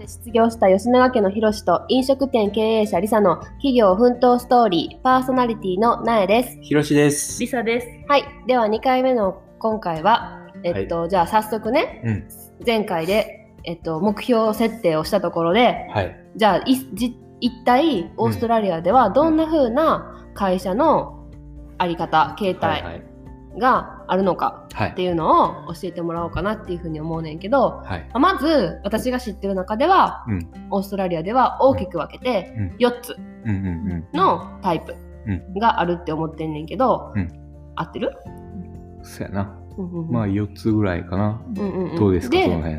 失業した吉永家のひろしと飲食店経営者りさの企業奮闘ストーリー、パーソナリティのなえです。 ひろしです。 りさです。 はい。では2回目の今回は、じゃあ早速ね、前回で、目標設定をしたところで、じゃあ一体オーストラリアではどんな風な会社のあり方、形態があるのかっていうのを教えてもらおうかなっていうふうに思うねんけど、まず私が知ってる中では、オーストラリアでは大きく分けて4つのタイプがあるって思ってんねんけど、合ってる？ そうやな。まあ4つぐらいかな。どうですかその辺。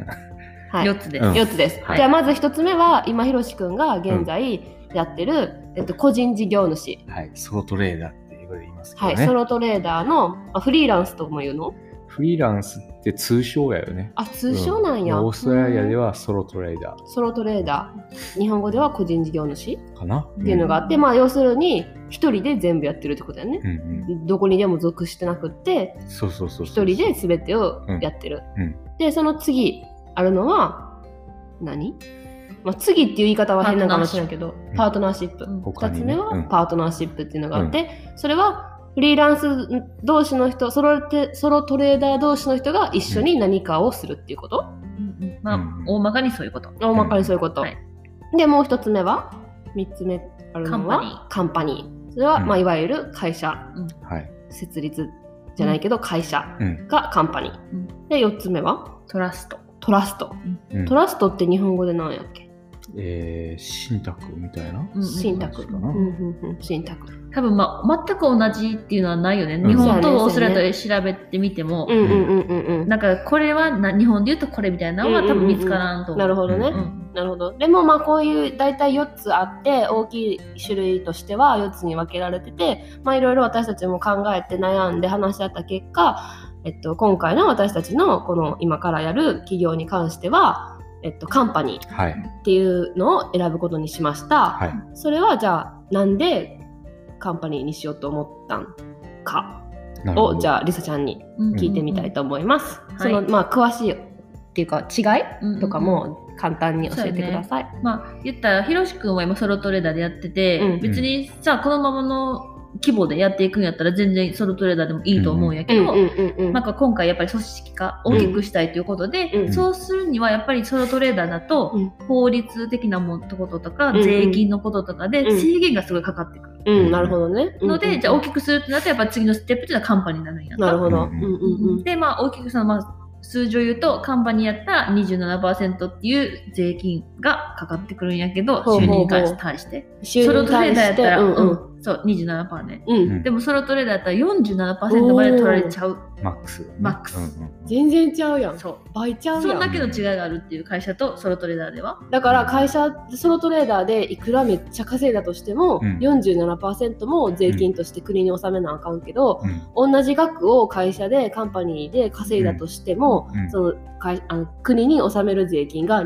4つです。 4つです。じゃあまず1つ目は今ひろしくんが現在やってる、個人事業主。 ソロトレーダーって言いますけどね。 ソロトレーダーのフリーランスとも言うの？ フリーランスって通称やよね。 通称なんや。 オーストラリアではソロトレーダー。 ソロトレーダー。日本語では個人事業主かなっていうのがあって、要するに一人で全部やってるってことだよね。どこにでも属してなくって、一人で全てをやってる。で、その次あるのは何？次っていう言い方は変なのかもしれないけど、パートナーシップ。2つ目はパートナーシップっていうのがあって、それはフリーランス同士の人、ソロトレーダー同士の人が一緒に何かをするっていうこと？ 大まかにそういうこと。 大まかにそういうこと。で、もう一つ目は、3つ目あるのはカンパニー。それは、いわゆる会社、設立じゃないけど会社がカンパニー。で、4つ目はトラスト。 トラストって日本語で何やっけ？ 信託みたいな。 信託。信託。 多分全く同じっていうのはないよね。日本とオーストラリアで調べてみても、なんかこれは日本で言うとこれみたいなのは多分見つからんと思う。 なるほどね。なるほど。でもこういう大体4つあって大きい種類としては4つに分けられてて、いろいろ私たちも考えて悩んで話し合った結果、今回の私たちのこの今からやる企業に関してはカンパニーっていうのを選ぶことにしました。それはじゃあなんでカンパニーにしようと思ったんかをじゃありさちゃんに聞いてみたいと思います。その詳しいっていうか違いとかも簡単に教えてください。 言ったらひろしくんは今ソロトレーダーでやってて、別にさこのままの規模でやっていくんやったら全然ソロトレーダーでもいいと思うんやけど、今回やっぱり組織化大きくしたいということで、そうするにはやっぱりソロトレーダーだと、法律的なこととか、税金のこととかで制限がすごいかかってくる。 なるほどね。 ので、じゃあ大きくするってなったらやっぱ次のステップっていうのはカンパニーになるんや。 なるほど。 で、大きく数字を言うとカンパニーやったら 27% っていう税金がかかってくるんやけど、収入に対してソロトレーダーやったらそう 27% ね、でもソロトレーダーやったら 47% まで取られちゃう。 マックス、 全然ちゃうやん。倍ちゃうやん。 そんだけの違いがあるっていう会社とソロトレーダーでは。 だから会社ソロトレーダーでいくらめっちゃ稼いだとしても、47% も税金として国に納めなあかんけど、同じ額を会社でカンパニーで稼いだとしても、その国に納める税金が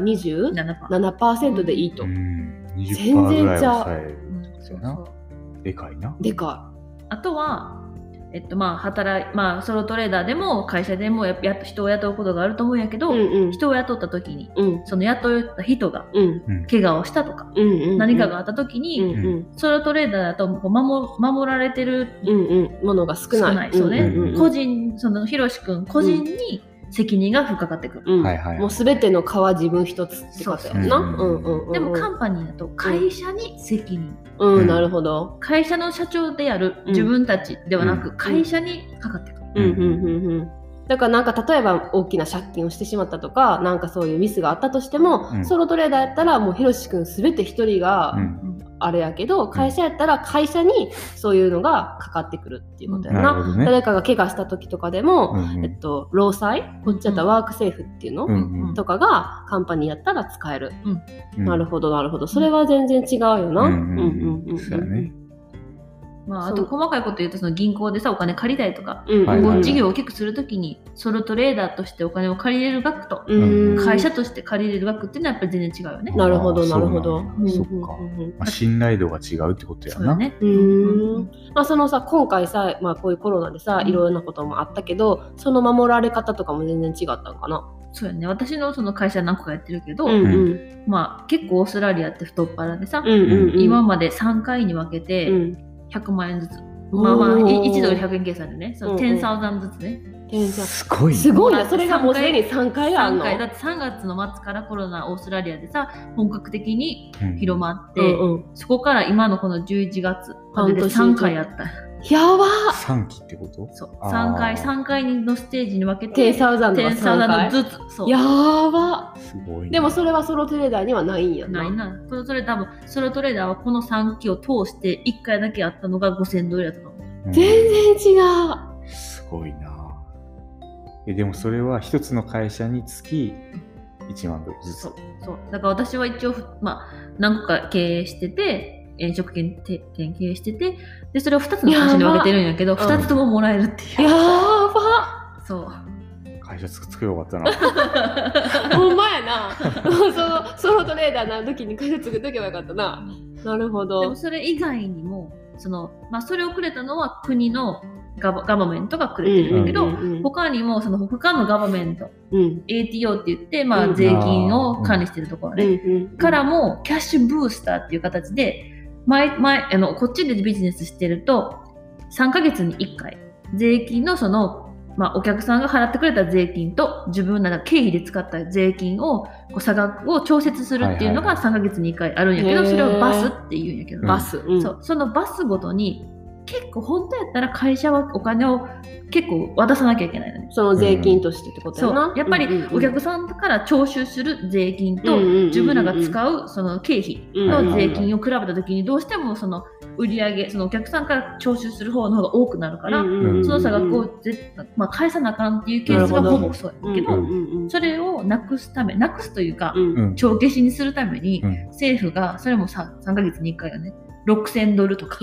27% でいいと。全然ちゃう。 でかいな。 でかい。あとはソロトレーダーでも会社でも人を雇うことがあると思うんやけど、人を雇った時に、その雇った人が怪我をしたとか、何かがあった時に、ソロトレーダーだと守られてるものが少ない。 そうね。個人、そのひろしくん個人に責任がかかってくる。 もうすべての皮自分一つってことやな。 でもカンパニーだと会社に責任。 なるほど。 会社の社長である自分たちではなく、会社にかかってくる。 だから例えば大きな借金をしてしまったとか、そういうミスがあったとしても、ソロトレーダーやったらもうひろしくんすべて一人があれやけど、会社やったら会社にそういうのがかかってくるっていうことやな。誰かが怪我した時とかでも、労災、こっちやったらワークセーフっていうの、とかがカンパニーやったら使える。なるほどなるほど。それは全然違うよな。 そうやね。 あと細かいこと言うと、その銀行でさお金借りたりとか、事業を大きくするときにソロトレーダーとしてお金を借りれる額と、会社として借りれる額っていうのはやっぱり全然違うよね。 なるほどなるほど。 そっか。信頼度が違うってことやな。 そのさ今回さ、こういうコロナでさいろいろなこともあったけど、その守られ方とかも全然違ったのかな。 そうやね、私のその会社何個かやってるけど、まあ結構オーストラリアって太っ腹でさ、今まで3回に分けて100万円ずつ、まあ1ドル100円計算でね、その10,000ずつね。 すごい。 すごいな、それがもうすでに3回あるの。 だって3月の末からコロナオーストラリアでさ、本格的に広まって、そこから今のこの11月までで3回やった。 やば 3期ってこと？ そう、3回のステージに分けて 10,000 ずつ。そう、 やば。 すごい。 でもそれはソロトレーダーにはないんやな。 ないな。それ多分ソロトレーダーはこの3期を通して1回だけあったのが$5,000やったと思う。 全然違う。 すごいな。でもそれは一つの会社につき1万ドルずつ。 そうだから私は一応、まあ、何個か経営してて、飲食店経営してて、でそれを2つの会社に分けてるんやけど、2つとももらえるっていう。 やば。 そう。 会社作れよかったな。 ほんまやな。ソロトレーダーな時に会社作っとけばよかったな。なるほど。 でもそれ以外にもそれをくれたのは国のガバメントがくれてるんだけど、他にも他のガバメント、ATO って言って、まあ、税金を管理してるところからもキャッシュブースターっていう形でこっちでビジネスしてると3ヶ月に1回税金のまあ、お客さんが払ってくれた税金と自分らが経費で使った税金を差額を調節するっていうのが3ヶ月に1回あるんやけど、それをバスっていうんやけど、そのバスごとに結構本当やったら会社はお金を結構渡さなきゃいけないのね。 その税金としてってことやな。 そうやっぱりお客さんから徴収する税金と自分らが使うその経費の税金を比べた時にどうしてもその売り上げお客さんから徴収する方の方が多くなるから、その差額をまあ、返さなあかんっていうケースがほぼそうやけど、それをなくすというか、帳消しにするために、政府がそれも3ヶ月に1回よね$6,000とか。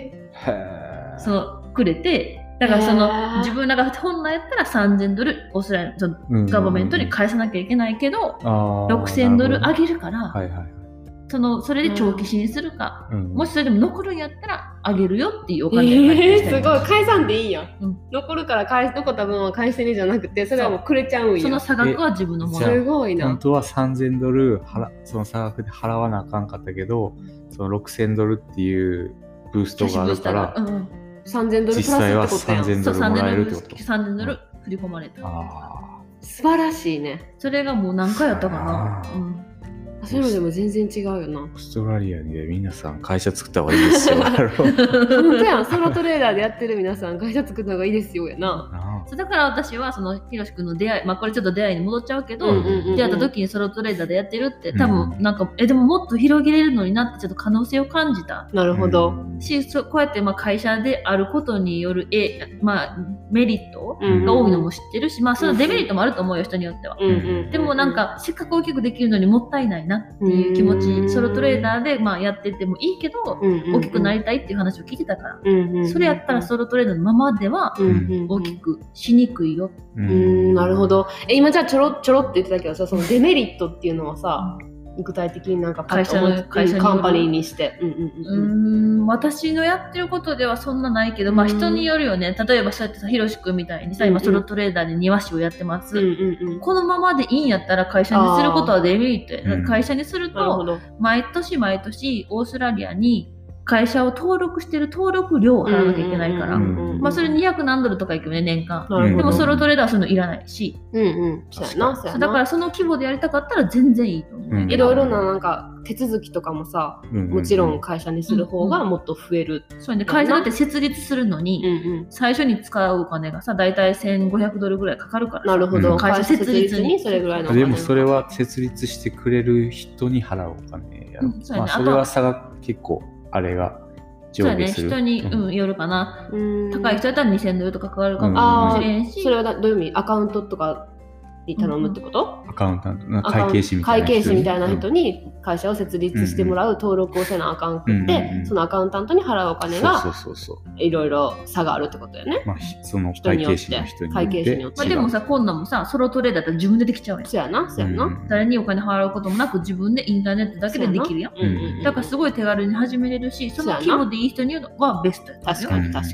くれて、だから自分らが本来やったら$3,000オーストラリアガバメントに返さなきゃいけないけど、$6,000あげるから、それで長期支にするか、もしそれでも残るんやったらあげるよっていうお金が返してすごい、返さんでいいやん、残るから残った分は返してねじゃなくて、それはもうくれちゃうんや。 その差額は自分のもの。 すごいな。 本当は$3,000その差額で払わなあかんかったけど、その$6,000っていうブーストがあるから、 $3,000プラスってことやん。実際は$3,000もらえるってこと。 $3,000振り込まれた。 素晴らしいね。 それがもう何回やったかな。 そういうのでも全然違うよな。 オーストラリアで皆さん会社作った方がいいですよ。本当やん、ソロトレーダーでやってる皆さん会社作った方がいいですよやな。 だから私はひろし君の出会い、まあこれちょっと出会いに戻っちゃうけど、出会った時にソロトレーダーでやってるって多分なんか、でももっと広げれるのになってちょっと可能性を感じた。 なるほど。 こうやってまあ会社であることによるまあメリットが多いのも知ってるし、まあそのデメリットもあると思うよ、人によっては。でもなんかせっかく大きくできるのにもったいないなっていう気持ち、ソロトレーダーでまあやっててもいいけど、大きくなりたいっていう話を聞いてたから、それやったらソロトレーダーのままでは大きくしにくいよ。 なるほど。今じゃあちょろって言ってたけどさ、そのデメリットっていうのはさ、具体的になんか会社にカンパニーにして、 私のやってることではそんなないけど、まあ人によるよね。例えばそうやってさ、ひろしくんみたいにさ、今ソロトレーダーで庭師をやってます。このままでいいんやったら会社にすることはデメリットや。会社にすると毎年オーストラリアに会社を登録してる登録料を払わなきゃいけないから、まあそれ200何ドルとかいくよね、年間。でもソロトレーダーはそういうのいらないし、だからその規模でやりたかったら全然いいと思う。 いろいろななんか手続きとかもさ、もちろん会社にする方がもっと増える。 そうね、会社だって設立するのに、最初に使うお金がさ、だいたい$1,500ぐらいかかるから。 なるほど。 会社設立にそれぐらいの。 でもそれは設立してくれる人に払うお金やろ。まあそれは差が結構あれが上下する。 そうやね、人によるかな。高い人だったら$2,000とかかかるかもしれんし。 それはどういう意味？アカウントとかに頼むってこと？ アカウンタント、会計士みたいな人に会社を設立してもらう登録をせなあかんくって、そのアカウンタントに払うお金がいろいろ差があるってことよね。 まあその会計士の人によって。 でもさ、こんなんもさ、ソロトレーダーだったら自分でできちゃうやん。 そうやな。 誰にお金払うこともなく自分でインターネットだけでできるやん。だからすごい手軽に始めれるし、その規模でいい人にはベストや。 確かに。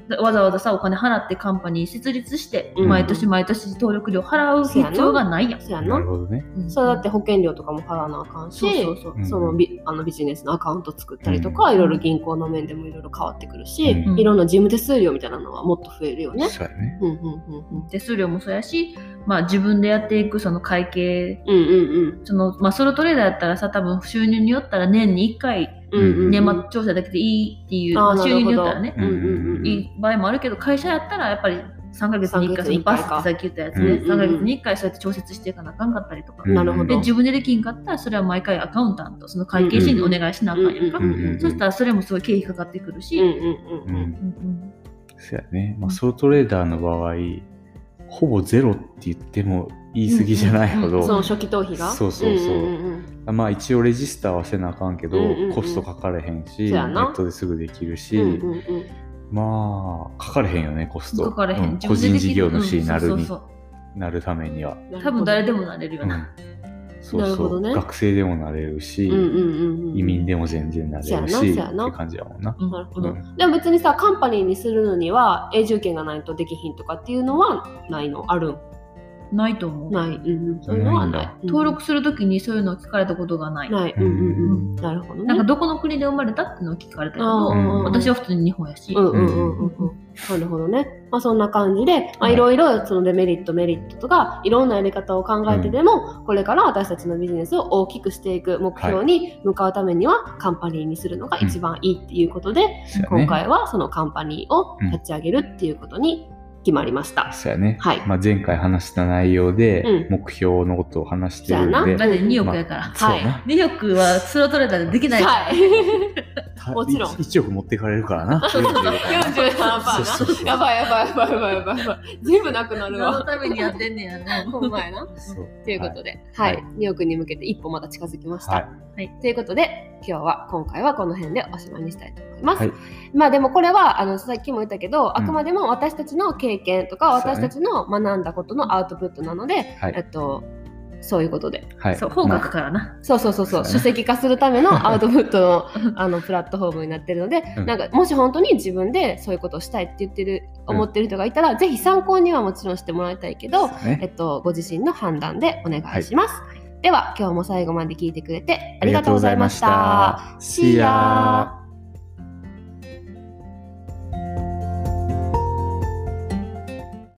わざわざさお金払ってカンパニー設立して毎年毎年登録料払う必要がないやん。 そうやなるほどね。 それだって保険料とかも払わなあかんし、そのビジネスのアカウント作ったりとか、いろいろ銀行の面でもいろいろ変わってくるし、いろんな事務手数料みたいなのはもっと増えるよね。 そうやね。 手数料もそうやし、自分でやっていくその会計、ソロトレーダーやったらさ、多分収入によったら年に1回年末調整だけでいいっていう、収入によったらね、いい場合もあるけど、会社やったらやっぱり3ヶ月に1回そのバスってさっき言ったやつね、3ヶ月に1回そうやって調節していかなあかんかったりとか、で自分でできんかったらそれは毎回アカウンタント、その会計士にお願いしなあかんやんか。そしたらそれもすごい経費かかってくるし、 そうやね。ソロトレーダーの場合、ほぼゼロって言っても言い過ぎじゃないほど、 その初期投費がそう、一応レジスターはせなあかんけど、コストかかれへんし、ネットですぐできるし、かかれへんよね、コスト。 かかれへん。 個人事業主になるためには。 多分誰でもなれるよな。 学生でもなれるし、移民でも全然なれるしって感じやもんな。 なるほど。でも別にさ、カンパニーにするのには永住権がないとできひんとかっていうのはないの？あるん？ ないと思う。 ない。そういうのはない。 登録するときにそういうのを聞かれたことがない。 ない。なるほどね。 なんかどこの国で生まれたっていうのを聞かれたけど、私は普通に日本やし。なるほどね。そんな感じで、いろいろそのデメリット、メリットとか、いろんなやり方を考えてでも、これから私たちのビジネスを大きくしていく目標に向かうためには、カンパニーにするのが一番いいっていうことで、今回はそのカンパニーを立ち上げるっていうことに決まりました。 そうやね。前回話した内容で目標のことを話してるので、 だって2億やから。2億はスロトレーダーでできない。 もちろん。 1億持ってかれるからな。 47%な。やばい。全部なくなるわ。 何のためにやってんねやな。 ほんまやな。ということで、2億に向けて一歩また近づきました。ということで、今回はこの辺でおしまいにしたいと思います。でもこれはさっきも言ったけど、あくまでも私たちの経験とか私たちの学んだことのアウトプットなので、そういうことで、 本書くからな。 書籍化するためのアウトプットのプラットフォームになってるので、なんかもし本当に自分でそういうことをしたいって思ってる人がいたら、ぜひ参考にはもちろんしてもらいたいけど、ご自身の判断でお願いします。では今日も最後まで聞いてくれてありがとうございました。See ya!